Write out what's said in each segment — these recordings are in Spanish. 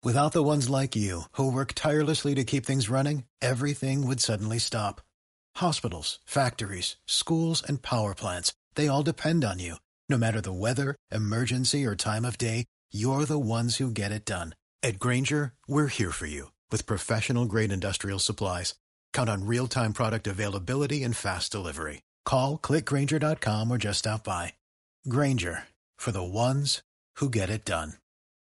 Without the ones like you, who work tirelessly to keep things running, everything would suddenly stop. Hospitals, factories, schools, and power plants, they all depend on you. No matter the weather, emergency, or time of day, you're the ones who get it done. At Grainger, we're here for you with professional-grade industrial supplies. Count on real-time product availability and fast delivery. Call, click Grainger.com, or just stop by. Grainger, for the ones who get it done.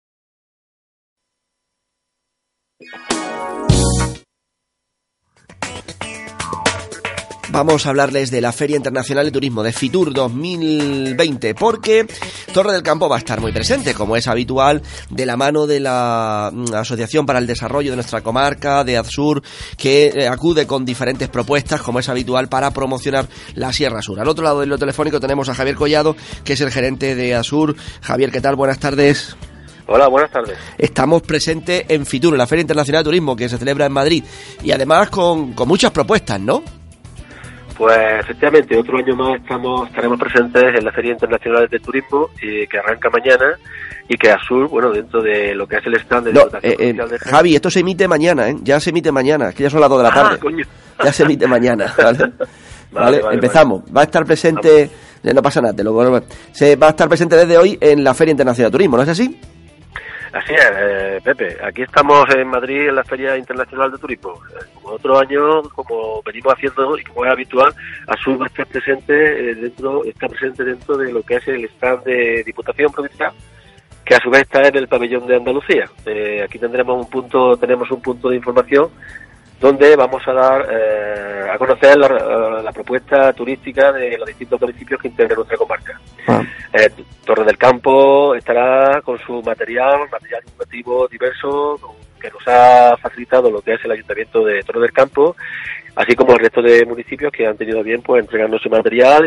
Vamos a hablarles de la Feria Internacional de Turismo de Fitur 2020, porque Torre del Campo va a estar muy presente, como es habitual, de la mano de la Asociación para el Desarrollo de nuestra comarca, de Adsur, que acude con diferentes propuestas, como es habitual, para promocionar la Sierra Sur. Al otro lado del hilo telefónico tenemos a Javier Collado, que es el gerente de Adsur. Javier, ¿qué tal? Buenas tardes. Hola, buenas tardes. Estamos presentes en Fitur, en la Feria Internacional de Turismo, que se celebra en Madrid, y además con muchas propuestas, ¿no? Pues efectivamente, otro año más estaremos presentes en la Feria Internacional de Turismo, que arranca mañana, y que Adsur, bueno, dentro de lo que es el stand de Diputación Provincial de Jaén. Javi, esto se emite mañana, ¿eh? Ya se emite mañana, es que ya son las 2 de la tarde. Coño. Ya se emite mañana, ¿vale? Vale, empezamos. Vale. Va a estar presente, no pasa nada, se va a estar presente desde hoy en la Feria Internacional de Turismo, ¿no es así? Así es, Pepe. Aquí estamos en Madrid en la Feria Internacional de Turismo. Como otro año, como venimos haciendo y como es habitual, Adsur va a estar presente está presente dentro de lo que es el stand de Diputación Provincial, que a su vez está en el pabellón de Andalucía. Aquí tenemos un punto de información donde vamos a dar a conocer la propuesta turística de los distintos municipios que integran nuestra comarca. Torre del Campo estará con su material educativo diverso que nos ha facilitado lo que es el Ayuntamiento de Torre del Campo, así como el resto de municipios que han tenido bien pues entregarnos su material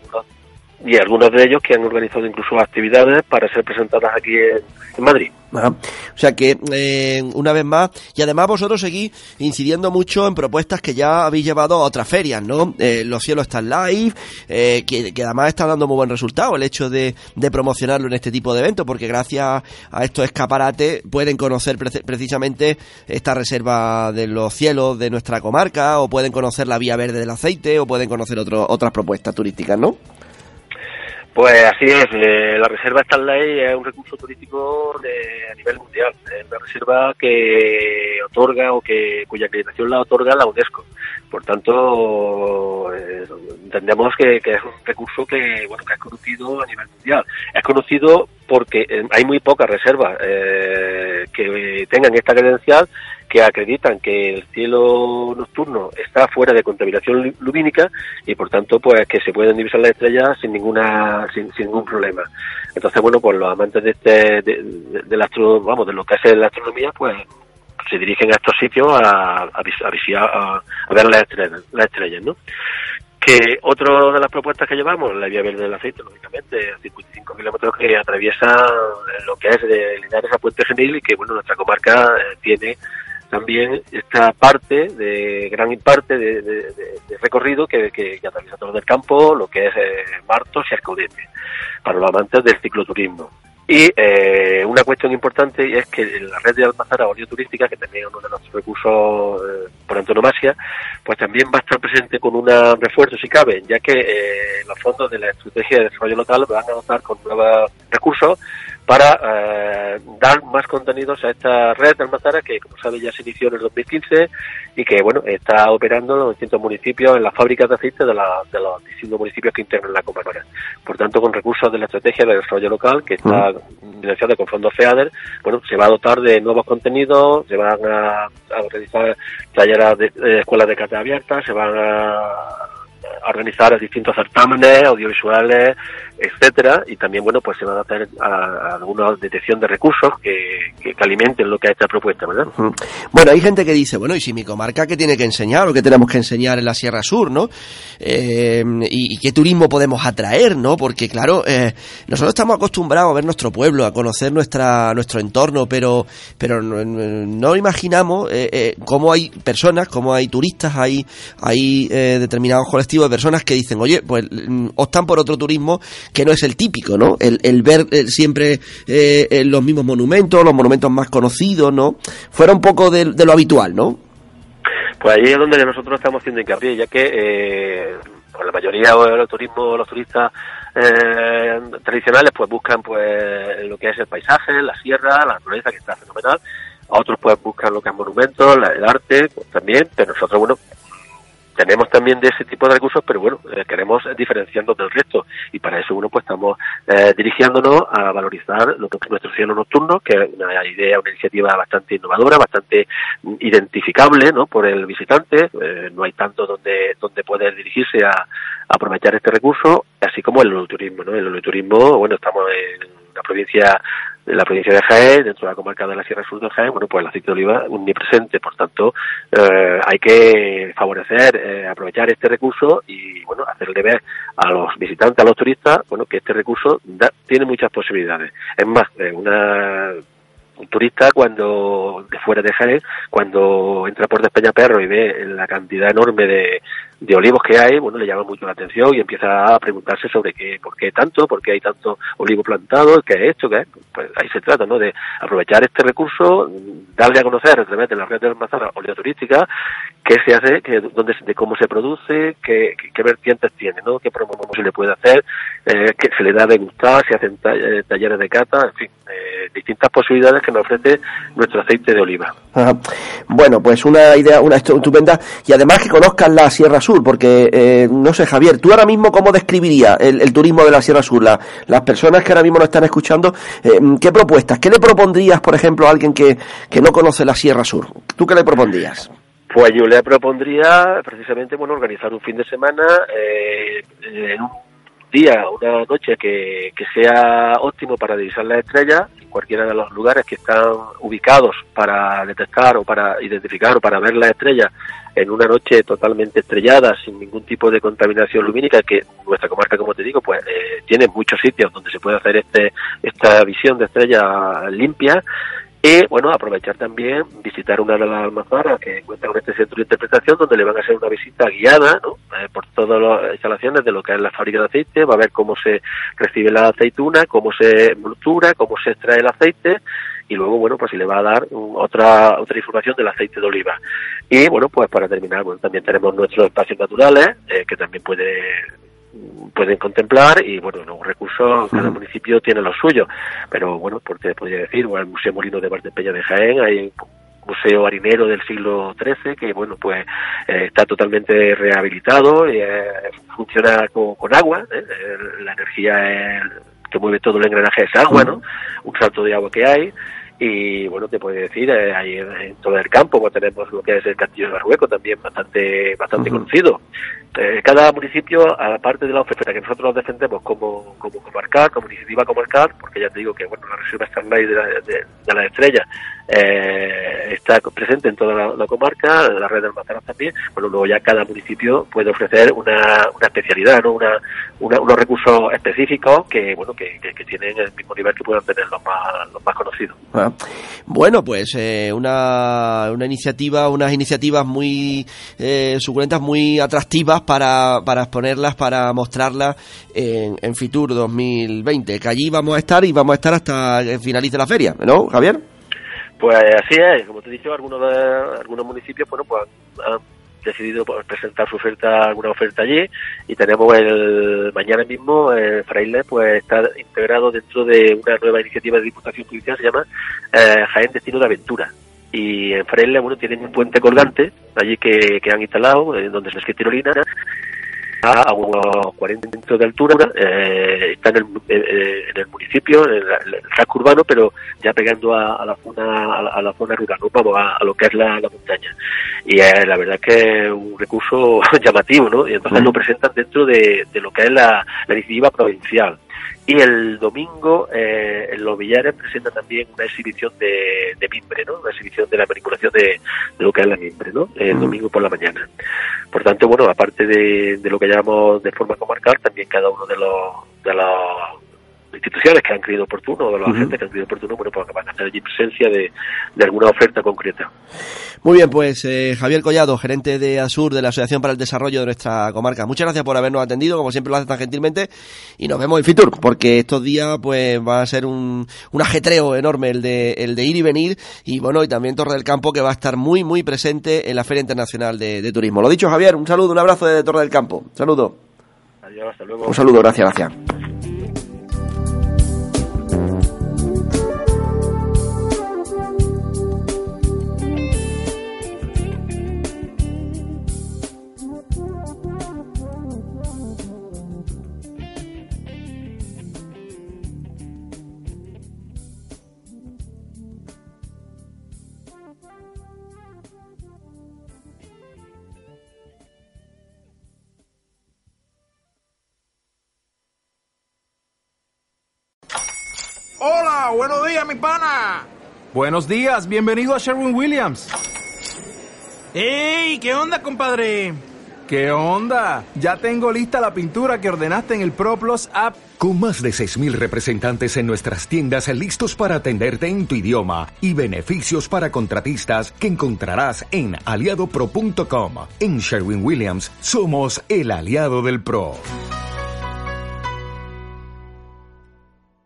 y algunos de ellos que han organizado incluso actividades para ser presentadas aquí en Madrid. Ajá. O sea que, una vez más, y además vosotros seguís incidiendo mucho en propuestas que ya habéis llevado a otras ferias, ¿no? Los cielos están live, que además está dando muy buen resultado el hecho de promocionarlo en este tipo de eventos, porque gracias a estos escaparates pueden conocer precisamente esta reserva de los cielos de nuestra comarca, o pueden conocer la Vía Verde del Aceite, o pueden conocer otras propuestas turísticas, ¿no? Pues así es, la reserva Stanley es un recurso turístico a nivel mundial, es una reserva que otorga cuya acreditación la otorga la UNESCO. Por tanto, entendemos que es un recurso que es conocido a nivel mundial. Es conocido porque hay muy pocas reservas que tengan esta credencial, que acreditan que el cielo nocturno está fuera de contaminación lumínica y por tanto pues que se pueden divisar las estrellas sin ningún problema. Entonces, bueno, pues los amantes de lo que es la astronomía, pues se dirigen a estos sitios a ver las estrellas, ¿no? Que otra de las propuestas que llevamos, la Vía Verde del Aceite, lógicamente, 55 kilómetros que atraviesa lo que es de Linares a Puente Genil, y que, bueno, nuestra comarca tiene también esta gran parte de recorrido que atraviesa Torre del Campo, lo que es Martos y Escaudete, para los amantes del cicloturismo. Y una cuestión importante es que la red de Almazara Turística, que también es uno de nuestros recursos por antonomasia, pues también va a estar presente con un refuerzo, si cabe, ya que los fondos de la Estrategia de Desarrollo Local van a dotar con nuevos recursos para dar más contenidos a esta red de Almazara, que, como sabe, ya se inició en el 2015 y que, bueno, está operando en los distintos municipios, en las fábricas de aceite de los distintos municipios que integran la comarca. Por tanto, con recursos de la Estrategia de Desarrollo Local, que está financiada con fondos FEADER, bueno, se va a dotar de nuevos contenidos, se van a realizar talleres de escuelas de cátedra abiertas, se van a organizar distintos certámenes audiovisuales, etcétera, y también, bueno, pues se van a hacer alguna detección de recursos que alimenten lo que es esta propuesta, ¿verdad? Bueno, hay gente que dice, bueno, ¿y si mi comarca qué tiene que enseñar o qué tenemos que enseñar en la Sierra Sur, ¿no? Y qué turismo podemos atraer, ¿no? Porque, claro, nosotros estamos acostumbrados a ver nuestro pueblo, a conocer nuestro entorno, pero no imaginamos cómo hay personas, cómo hay turistas, hay determinados colectivos de personas que dicen, oye, pues optan por otro turismo que no es el típico, ¿no? El ver siempre los mismos monumentos, los monumentos más conocidos, ¿no? Fuera un poco de lo habitual, ¿no? Pues ahí es donde nosotros estamos haciendo hincapié, ya que la mayoría de los turistas tradicionales pues buscan pues lo que es el paisaje, la sierra, la naturaleza, que está fenomenal. A otros pues buscan lo que es monumentos, el arte, pues también, pero nosotros, bueno, tenemos también de ese tipo de recursos, pero bueno, queremos diferenciarnos del resto, y para eso, bueno, pues estamos dirigiéndonos a valorizar lo que es nuestro cielo nocturno, que es una idea, una iniciativa bastante innovadora, bastante identificable, ¿no?, por el visitante. No hay tanto donde poder dirigirse a aprovechar este recurso, así como el oloturismo, ¿no? El oloturismo, bueno, estamos en la provincia de Jaén, dentro de la comarca de la Sierra Sur de Jaén. Bueno, pues el aceite de oliva omnipresente, por tanto, hay que favorecer, aprovechar este recurso y, bueno, hacerle ver a los visitantes, a los turistas, bueno, que este recurso tiene muchas posibilidades. Es más, un turista cuando de fuera de Jaén, cuando entra por Despeñaperro y ve la cantidad enorme de olivos que hay, bueno, le llama mucho la atención y empieza a preguntarse sobre por qué hay tanto olivo plantado, qué es esto, qué es. Pues ahí se trata, ¿no?, de aprovechar este recurso, darle a conocer a través de la red de almazaras olivoturística qué se hace, de cómo se produce, qué vertientes tiene, ¿no?, qué promoción se le puede hacer, qué se le da a degustar, se hacen talleres de cata, en fin, distintas posibilidades que nos ofrece nuestro aceite de oliva. Ajá. Bueno, pues una idea, una estupenda, y además que conozcan la Sierra Sur, porque, no sé, Javier, tú ahora mismo, ¿cómo describirías el turismo de la Sierra Sur? Las personas que ahora mismo nos están escuchando, ¿qué propuestas? ¿Qué le propondrías, por ejemplo, a alguien que no conoce la Sierra Sur? ¿Tú qué le propondrías? Pues yo le propondría, precisamente, bueno, organizar un fin de semana, en un día, una noche que sea óptimo para divisar las estrellas, en cualquiera de los lugares que están ubicados para detectar o para identificar o para ver las estrellas, en una noche totalmente estrellada, sin ningún tipo de contaminación lumínica, que nuestra comarca, como te digo, pues tiene muchos sitios donde se puede hacer esta visión de estrellas limpias. Y, bueno, aprovechar también, visitar una de las almazaras que cuenta con este centro de interpretación, donde le van a hacer una visita guiada, ¿no?, por todas las instalaciones de lo que es la fábrica de aceite. Va a ver cómo se recibe la aceituna, cómo se envoltura, cómo se extrae el aceite, y luego, bueno, pues se le va a dar otra información del aceite de oliva. Y, bueno, pues para terminar, bueno, también tenemos nuestros espacios naturales, que también pueden contemplar, y bueno, los recursos, cada municipio tiene los suyos, pero bueno, porque podría decir, bueno, el Museo Molino de Valdepeña de Jaén, hay un museo harinero del siglo XIII que, bueno, pues está totalmente rehabilitado y funciona con agua, la energía que mueve todo el engranaje es agua, ¿no?, un salto de agua que hay. Y bueno, te puedo decir, ahí en todo el campo pues tenemos lo que es el Castillo de Barrueco, también bastante conocido. Cada municipio, aparte de la oferta que nosotros defendemos como comarcal, como iniciativa comarcal, porque ya te digo que, bueno, la Reserva Starlight de las Estrellas está presente en toda la comarca, la red de almazaras también. Bueno, luego ya cada municipio puede ofrecer una especialidad, ¿no?, unos recursos específicos que, bueno, que tienen el mismo nivel que puedan tener los más conocidos. Bueno, pues unas iniciativas muy suculentas, muy atractivas para exponerlas, para mostrarlas en Fitur 2020, que allí vamos a estar hasta que finalice la feria, ¿no, Javier? Pues así es, como te he dicho, algunos municipios, bueno, pues han decidido presentar alguna oferta allí, y tenemos mañana mismo Frailes pues está integrado dentro de una nueva iniciativa de Diputación Provincial, se llama Jaén Destino de Aventura. Y en Frailes, bueno, tienen un puente colgante allí que han instalado, donde se escribe tirolina, a unos 40 metros de altura, está en el municipio, en el casco urbano, pero ya pegando a la zona rural, ¿no? Vamos a lo que es la montaña. Y la verdad es que es un recurso llamativo, ¿no? Y entonces lo presentan dentro de lo que es la iniciativa provincial. Y el domingo en Los Villares presenta también una exhibición de mimbre, ¿no? Una exhibición de la manipulación de lo que es la mimbre, ¿no? El domingo por la mañana. Por tanto, bueno, aparte de lo que llamamos de forma comarcal, también cada uno de instituciones que han creído oportuno, o de los agentes que han creído oportuno, bueno, pues van a estar allí presencia de alguna oferta concreta. Muy bien, pues Javier Collado, gerente de ASUR, de la Asociación para el Desarrollo de nuestra comarca. Muchas gracias por habernos atendido, como siempre lo hace tan gentilmente, y nos vemos en Fitur, porque estos días pues va a ser un ajetreo enorme el de ir y venir, y bueno, y también Torre del Campo, que va a estar muy, muy presente en la Feria Internacional de Turismo. Lo dicho, Javier, un saludo, un abrazo desde Torre del Campo. Saludo. Adiós, hasta luego. Un saludo, gracias. Hola, buenos días, mi pana. Buenos días, bienvenido a Sherwin-Williams. ¡Ey! ¿Qué onda, compadre? ¿Qué onda? Ya tengo lista la pintura que ordenaste en el ProPlus app. Con más de 6,000 representantes en nuestras tiendas listos para atenderte en tu idioma y beneficios para contratistas que encontrarás en aliadopro.com. En Sherwin-Williams somos el aliado del pro.